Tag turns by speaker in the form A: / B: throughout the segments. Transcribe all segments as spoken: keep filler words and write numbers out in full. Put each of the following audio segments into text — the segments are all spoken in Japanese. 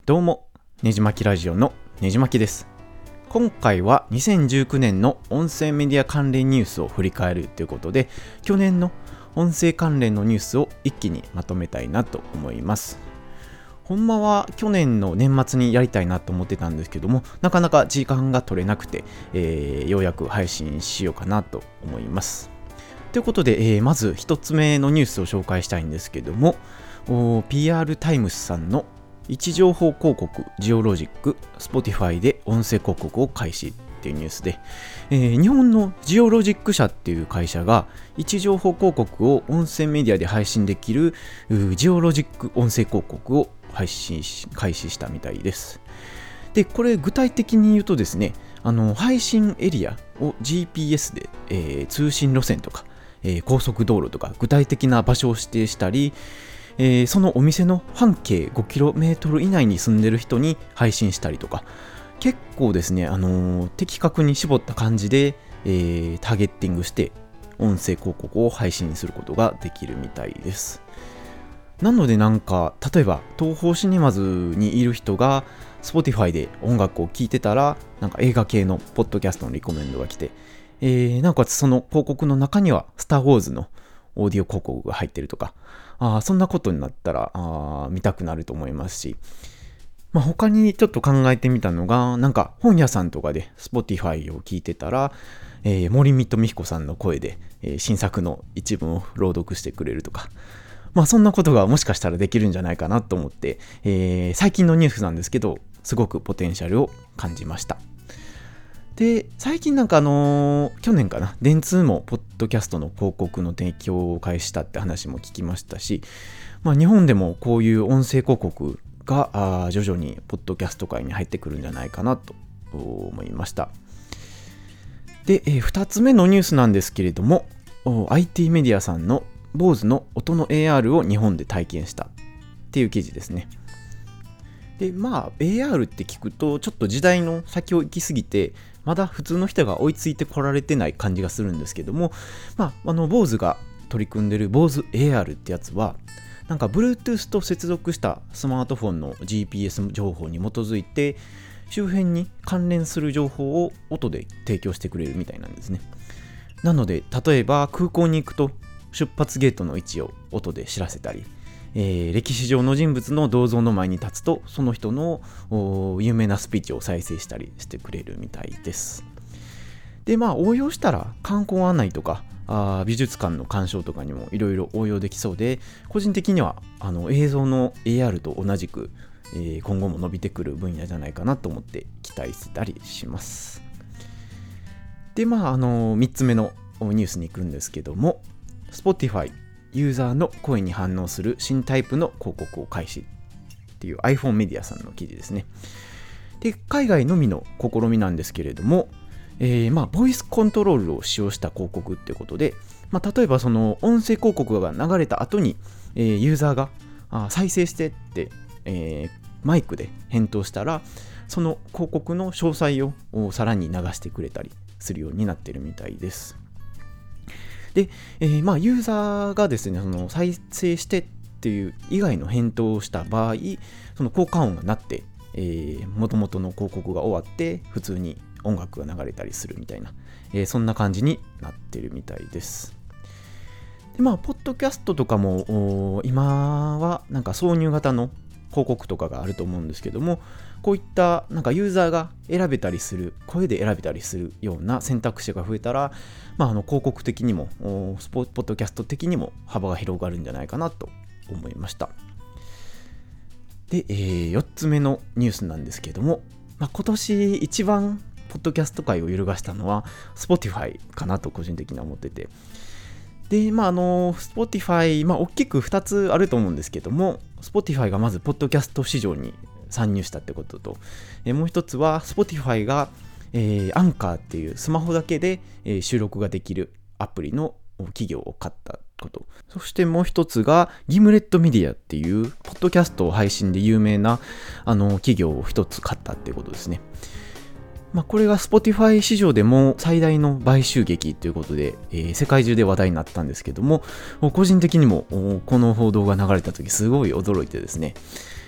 A: どうも、ねじまきラジオのねじまきです。今回はにせんじゅうきゅうねんの音声メディア関連ニュースを振り返るということで、去年の音声関連のニュースを一気にまとめたいなと思います。ほんまは去年の年末にやりたいなと思ってたんですけども、なかなか時間が取れなくて、えー、ようやく配信しようかなと思います。ということで、えー、まず一つ目のニュースを紹介したいんですけども、ピーアール タイムスさんの位置情報広告ジオロジック Spotify で音声広告を開始っていうニュースで、えー、日本のジオロジック社っていう会社が位置情報広告を音声メディアで配信できるジオロジック音声広告を配信し開始したみたいです。で、これ具体的に言うとですね、あの配信エリアを ジーピーエス で、えー、通信路線とか、えー、高速道路とか具体的な場所を指定したり、えー、そのお店の半径 ごキロメートル 以内に住んでる人に配信したりとか、結構ですね、あのー、的確に絞った感じで、えー、ターゲッティングして音声広告を配信することができるみたいです。なのでなんか例えば東宝シネマズにいる人が Spotify で音楽を聴いてたら、なんか映画系のポッドキャストのリコメンドが来て、えー、なおかつその広告の中にはスター・ウォーズのオーディオ広告が入ってるとか、あそんなことになったらあ見たくなると思いますし、まあ、他にちょっと考えてみたのが、なんか本屋さんとかで Spotify を聞いてたら、えー、森見と美彦さんの声で、えー、新作の一文を朗読してくれるとか、まあそんなことがもしかしたらできるんじゃないかなと思って、えー、最近のニュースなんですけど、すごくポテンシャルを感じました。で、最近なんかあのー、去年かな、電通もポッドキャストの広告の提供を開始したって話も聞きましたし、まあ、日本でもこういう音声広告があ徐々にポッドキャスト界に入ってくるんじゃないかなと思いました。で、えー、ふたつめのニュースなんですけれども、アイティー メディアさんの ボーズ の音の エーアール を日本で体験したっていう記事ですね。で、まあ エーアール って聞くとちょっと時代の先を行き過ぎて、まだ普通の人が追いついてこられてない感じがするんですけども、まあ、あの ボーズ が取り組んでる ボーズ エーアール ってやつは、なんか Bluetooth と接続したスマートフォンの ジーピーエス 情報に基づいて、周辺に関連する情報を音で提供してくれるみたいなんですね。なので、例えば空港に行くと出発ゲートの位置を音で知らせたり、えー、歴史上の人物の銅像の前に立つとその人の有名なスピーチを再生したりしてくれるみたいです。で、まあ応用したら観光案内とかあ美術館の鑑賞とかにもいろいろ応用できそうで、個人的にはあの映像の エーアール と同じく、えー、今後も伸びてくる分野じゃないかなと思って期待したりします。で、まああのみっつめのニュースに行くんですけども、 Spotifyユーザーの声に反応する新タイプの広告を開始っていう iPhone メディアさんの記事ですね。で、海外のみの試みなんですけれども、えー、まあボイスコントロールを使用した広告ってことで、まあ、例えばその音声広告が流れた後に、えー、ユーザーがあ再生してって、えー、マイクで返答したら、その広告の詳細をさらに流してくれたりするようになってるみたいです。で、えー、まあユーザーがですね、その再生してっていう以外の返答をした場合、その効果音が鳴って、えー、元々の広告が終わって普通に音楽が流れたりするみたいな、えー、そんな感じになってるみたいです。で、まあポッドキャストとかも今はなんか挿入型の広告とかがあると思うんですけども、こういったなんかユーザーが選べたりする、声で選べたりするような選択肢が増えたら、まあ、あの広告的にもスポポッドキャスト的にも幅が広がるんじゃないかなと思いました。で、えー、よっつめのニュースなんですけども、まあ、今年一番ポッドキャスト界を揺るがしたのは Spotify かなと個人的には思ってて、で、まああの Spotify、まあ大きくふたつあると思うんですけども、Spotify がまずポッドキャスト市場に参入したってことと、えー、もう一つは Spotify が、えー、アンカーっていうスマホだけで、えー、収録ができるアプリの企業を買ったこと、そしてもう一つがギムレットメディアっていうポッドキャスト配信で有名なあの企業を一つ買ったってことですね。まあ、これが Spotify 市場でも最大の買収劇ということで、えー、世界中で話題になったんですけども、個人的にもこの報道が流れた時すごい驚いてですね、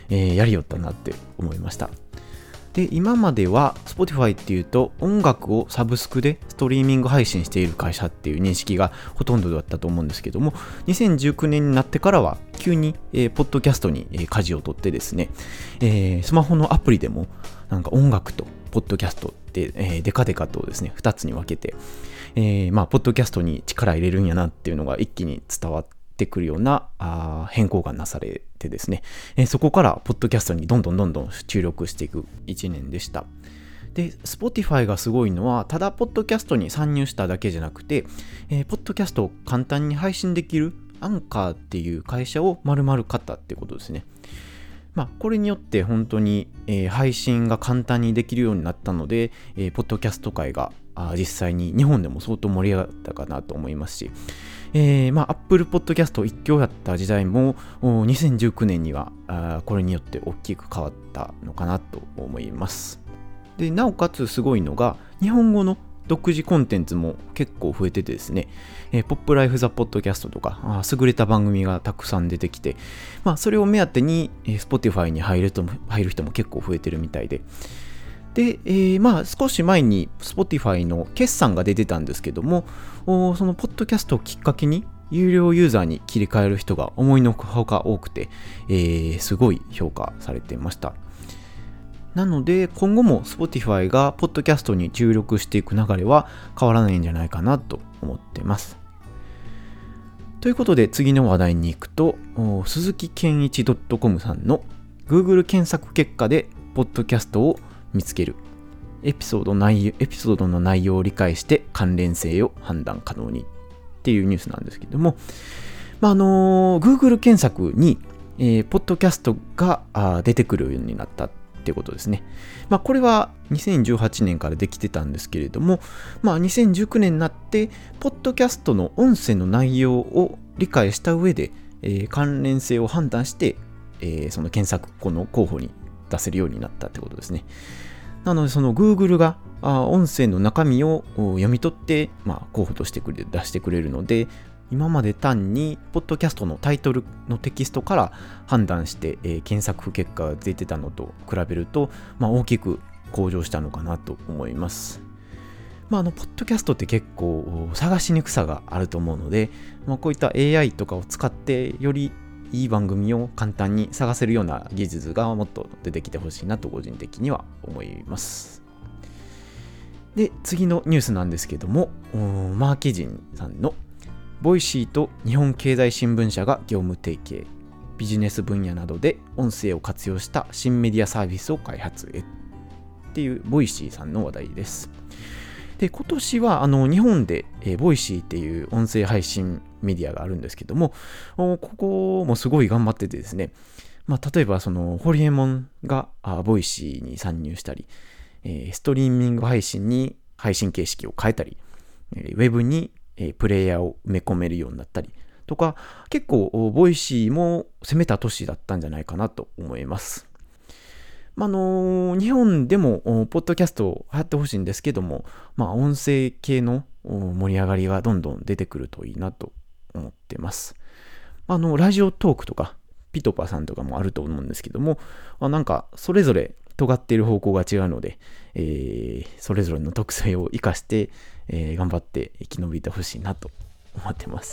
A: えー、やりよったなって思いました。で、今までは Spotify っていうと音楽をサブスクでストリーミング配信している会社っていう認識がほとんどだったと思うんですけども、にせんじゅうきゅうねんになってからは急に、えー、ポッドキャストに、えー、舵を取ってですね、えー、スマホのアプリでもなんか音楽とポッドキャストって、えー、デカデカとですねふたつに分けて、えー、まあポッドキャストに力入れるんやなっていうのが一気に伝わっててくるようなあ変更がなされてですね、えー、そこからポッドキャストにどんどんどんどん注力していくいちねんでした。で、Spotify がすごいのはただポッドキャストに参入しただけじゃなくて、えー、ポッドキャストを簡単に配信できるアンカーっていう会社を丸々買ったってことですね。まあ、これによって本当に、えー、配信が簡単にできるようになったので、えー、ポッドキャスト界があ実際に日本でも相当盛り上がったかなと思いますし、えー、まあ Apple Podcast 一強やった時代もにせんじゅうきゅうねんにはあこれによって大きく変わったのかなと思います。で、なおかつすごいのが日本語の独自コンテンツも結構増えててですね、えー、ポップライフザポッドキャストとかあ優れた番組がたくさん出てきて、まあ、それを目当てに、えー、Spotify に入ると入る人も結構増えてるみたいで、で、えー、まあ少し前に Spotify の決算が出てたんですけども、そのポッドキャストをきっかけに有料ユーザーに切り替える人が思いのほか多くて、えー、すごい評価されていました。なので今後も Spotify がポッドキャストに注力していく流れは変わらないんじゃないかなと思っています。ということで次の話題に行くと、鈴木健一 .com さんの Google 検索結果でポッドキャストを見つけるエピソード内容、エピソードの内容を理解して関連性を判断可能にっていうニュースなんですけども、まああのー、Google 検索に、えー、ポッドキャストが出てくるようになったっていうことですね。まあこれはにせんじゅうはちねんからできてたんですけれども、まあにせんじゅうきゅうねんになってポッドキャストの音声の内容を理解した上で、えー、関連性を判断して、えー、その検索この候補に出せるようになったってことですね。なのでその Google が音声の中身を読み取って、まあ、候補としてくれ出してくれるので、今まで単にポッドキャストのタイトルのテキストから判断して、えー、検索結果が出てたのと比べると、まあ、大きく向上したのかなと思います。まあ、あのポッドキャストって結構探しにくさがあると思うので、まあ、こういった エーアイ とかを使ってよりいい番組を簡単に探せるような技術がもっと出てきてほしいなと個人的には思います。で、次のニュースなんですけども、マーケジンさんのボイシーと日本経済新聞社が業務提携、ビジネス分野などで音声を活用した新メディアサービスを開発へっていうボイシーさんの話題です。で、今年はあの日本で、えー、ボイシーっていう音声配信メディアがあるんですけども、ここもすごい頑張っててですね、まあ、例えばそのホリエモンがあボイシーに参入したり、えー、ストリーミング配信に配信形式を変えたり、えー、ウェブに、えー、プレイヤーを埋め込めるようになったりとか、結構ボイシーも攻めた年だったんじゃないかなと思います。まあのー、日本でもポッドキャスト流行ってほしいんですけども、まあ、音声系の盛り上がりがどんどん出てくるといいなと思ってます。あのラジオトークとかピトパさんとかもあると思うんですけども、なんかそれぞれ尖っている方向が違うので、えー、それぞれの特性を生かして、えー、頑張って生き延びてほしいなと思ってます。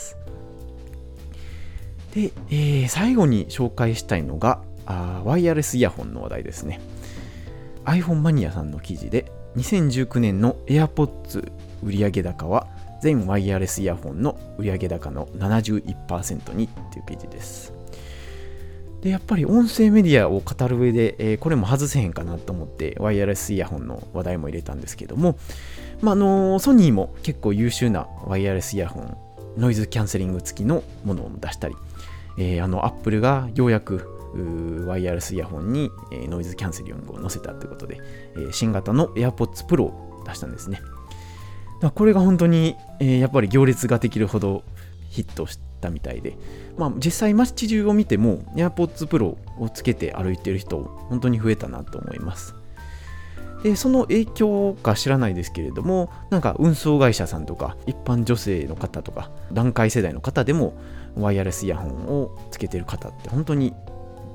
A: で、えー、最後に紹介したいのがあワイヤレスイヤホンの話題ですね。 iPhone マニアさんの記事でにせんじゅうきゅうねんの AirPods 売上高は全ワイヤレスイヤホンの売上高の ななじゅういちパーセント にっていう記事です。で、やっぱり音声メディアを語る上で、えー、これも外せへんかなと思ってワイヤレスイヤホンの話題も入れたんですけども、まああのー、ソニーも結構優秀なワイヤレスイヤホン、ノイズキャンセリング付きのものを出したり、えー、あの Apple がようやくワイヤレスイヤホンにノイズキャンセリングを載せたということで、新型の AirPods Pro を出したんですね。これが本当にやっぱり行列ができるほどヒットしたみたいで、まあ、実際街中を見ても AirPods Pro をつけて歩いてる人本当に増えたなと思います。で、その影響か知らないですけれども、なんか運送会社さんとか一般女性の方とか団塊世代の方でもワイヤレスイヤホンをつけてる方って本当に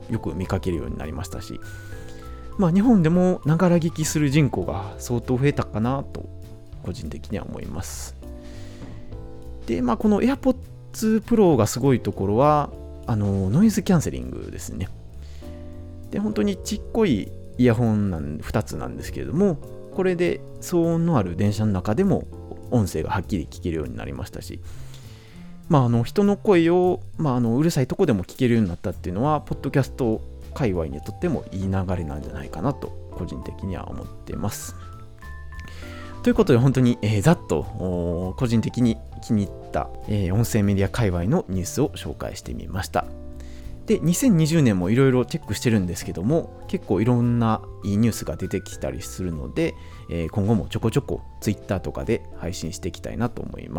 A: よく見かけるようになりましたし、まあ、日本でもながら聞きする人口が相当増えたかなと個人的には思います。で、まあ、この AirPods Pro がすごいところはあのノイズキャンセリングですね。で、本当にちっこいイヤホンなんふたつなんですけれども、これで騒音のある電車の中でも音声がはっきり聞けるようになりましたし、まあ、あの人の声を、まあ、あのうるさいとこでも聞けるようになったっていうのはポッドキャスト界隈にとってもいい流れなんじゃないかなと個人的には思っています。ということで本当に、えー、ざっと個人的に気に入った、えー、音声メディア界隈のニュースを紹介してみました。で、にせんにじゅうねんもいろいろチェックしてるんですけども、結構いろんないいニュースが出てきたりするので、えー、今後もちょこちょこ Twitter とかで配信していきたいなと思います。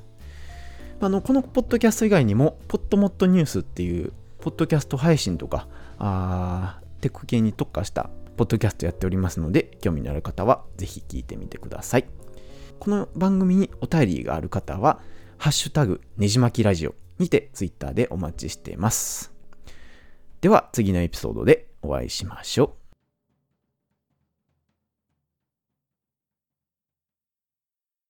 A: あのこのポッドキャスト以外にもポッドモッドニュースっていうポッドキャスト配信とかあテック系に特化したポッドキャストやっておりますので、興味のある方はぜひ聞いてみてください。この番組にお便りがある方はハッシュタグねじまきラジオにてツイッターでお待ちしています。では次のエピソードでお会いしましょう。